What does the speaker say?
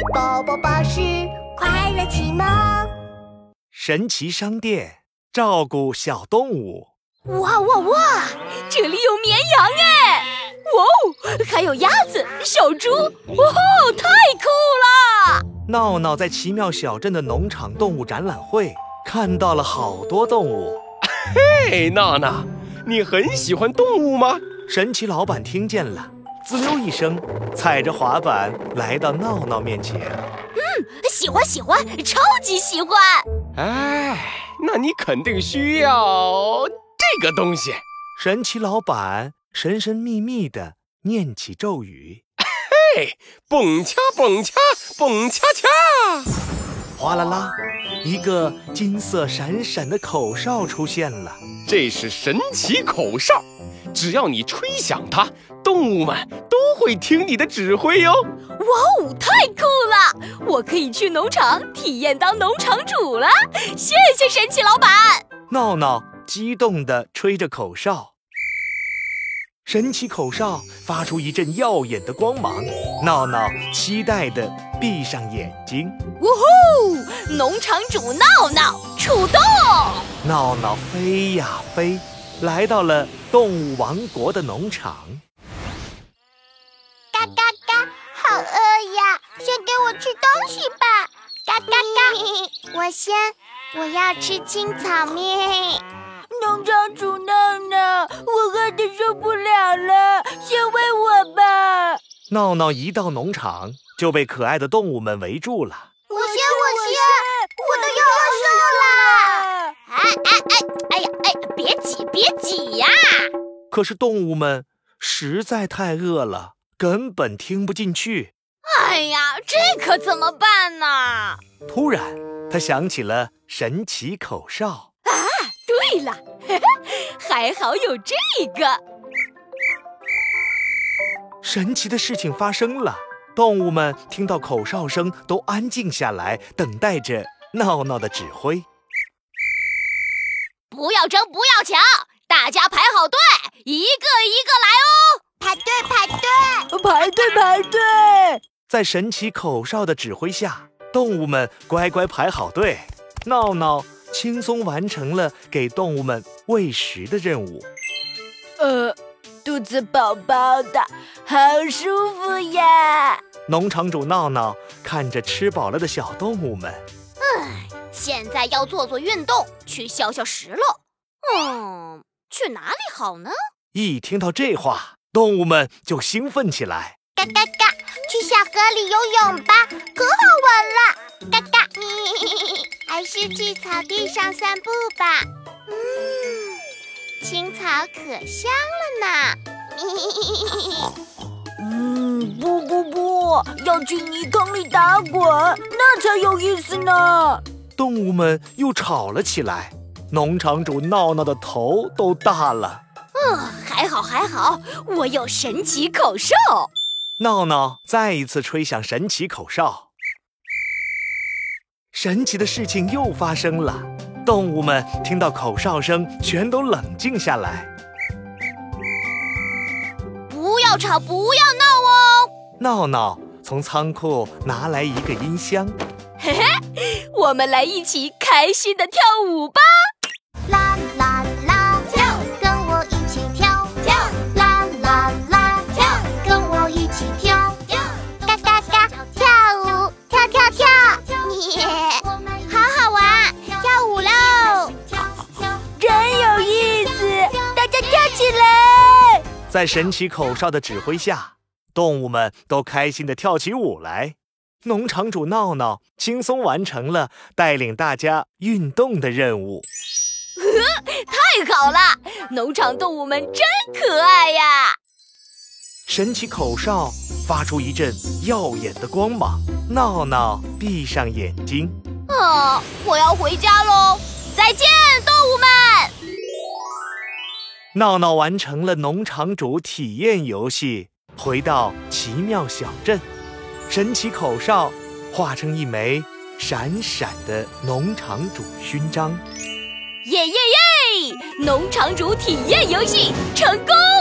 宝宝巴士快乐启蒙。 神奇商店，照顾小动物。 哇哇哇！这里有绵羊哎！哇哦，还有鸭子、小猪，哇哦，太酷了！ 闹闹在奇妙小镇的农场动物展览会看到了好多动物。 嘿，闹闹，你很喜欢动物吗？ 神奇老板听见了，滋溜一声，踩着滑板来到闹闹面前。 喜欢，超级喜欢！ 哎，那你肯定需要这个东西。 神奇老板神神秘秘地念起咒语： 嘿，蹦恰蹦恰蹦恰恰！ 哗啦啦，一个金色闪闪的口哨出现了。 这是神奇口哨，只要你吹响它，动物们都会听你的指挥哟。 哇哦，太酷了！我可以去农场体验当农场主了。谢谢神奇老板。 闹闹激动地吹着口哨，神奇口哨发出一阵耀眼的光芒。闹闹期待地闭上眼睛。 呜呼！农场主闹闹出动！ 闹闹飞呀飞，来到了动物王国的农场。 嘎嘎嘎，好饿呀！先给我吃东西吧。嘎嘎嘎，我要吃青草面。 农场主闹闹，我饿得受不了了，先喂我吧。 闹闹一到农场就被可爱的动物们围住了。 我都要饿瘦了！ 哎呀，别挤呀！ 可是动物们实在太饿了，根本听不进去。 哎呀，这可怎么办呢？ 突然，他想起了神奇口哨。 对了，还好有这个。 神奇的事情发生了，动物们听到口哨声都安静下来，等待着闹闹的指挥。 不要争，不要抢，大家排好队，一个一个来哦！ 排队！ 在神奇口哨的指挥下，动物们乖乖排好队。闹闹轻松完成了给动物们喂食的任务。 肚子饱饱的，好舒服呀！ 农场主闹闹看着吃饱了的小动物们， 现在要做运动，去消食了。去哪里好呢？ 一听到这话，动物们就兴奋起来。 嘎嘎嘎，去小河里游泳吧，可好玩了！嘎嘎，还是去草地上散步吧。青草可香了呢。 不，要去泥坑里打滚，那才有意思呢。 动物们又吵了起来，农场主闹闹的头都大了。 还好，我有神奇口哨。 闹闹再一次吹响神奇口哨，神奇的事情又发生了。动物们听到口哨声，全都冷静下来。 不要吵，不要闹哦！ 闹闹从仓库拿来一个音箱， 我们来一起开心的跳舞吧！ 啦啦啦跳，跟我一起跳跳，啦啦啦跳，跟我一起跳跳，嘎嘎嘎，跳舞，跳，耶，好好玩，跳舞喽！ 真有意思，大家跳起来！ 在神奇口哨的指挥下，动物们都开心地跳起舞来。农场主闹闹轻松完成了带领大家运动的任务。 太好了，农场动物们真可爱呀！ 神奇口哨发出一阵耀眼的光芒，闹闹闭上眼睛。 我要回家喽，再见，动物们！ 闹闹完成了农场主体验游戏，回到奇妙小镇。神奇口哨化成一枚闪闪的农场主勋章。 耶！农场主体验游戏成功！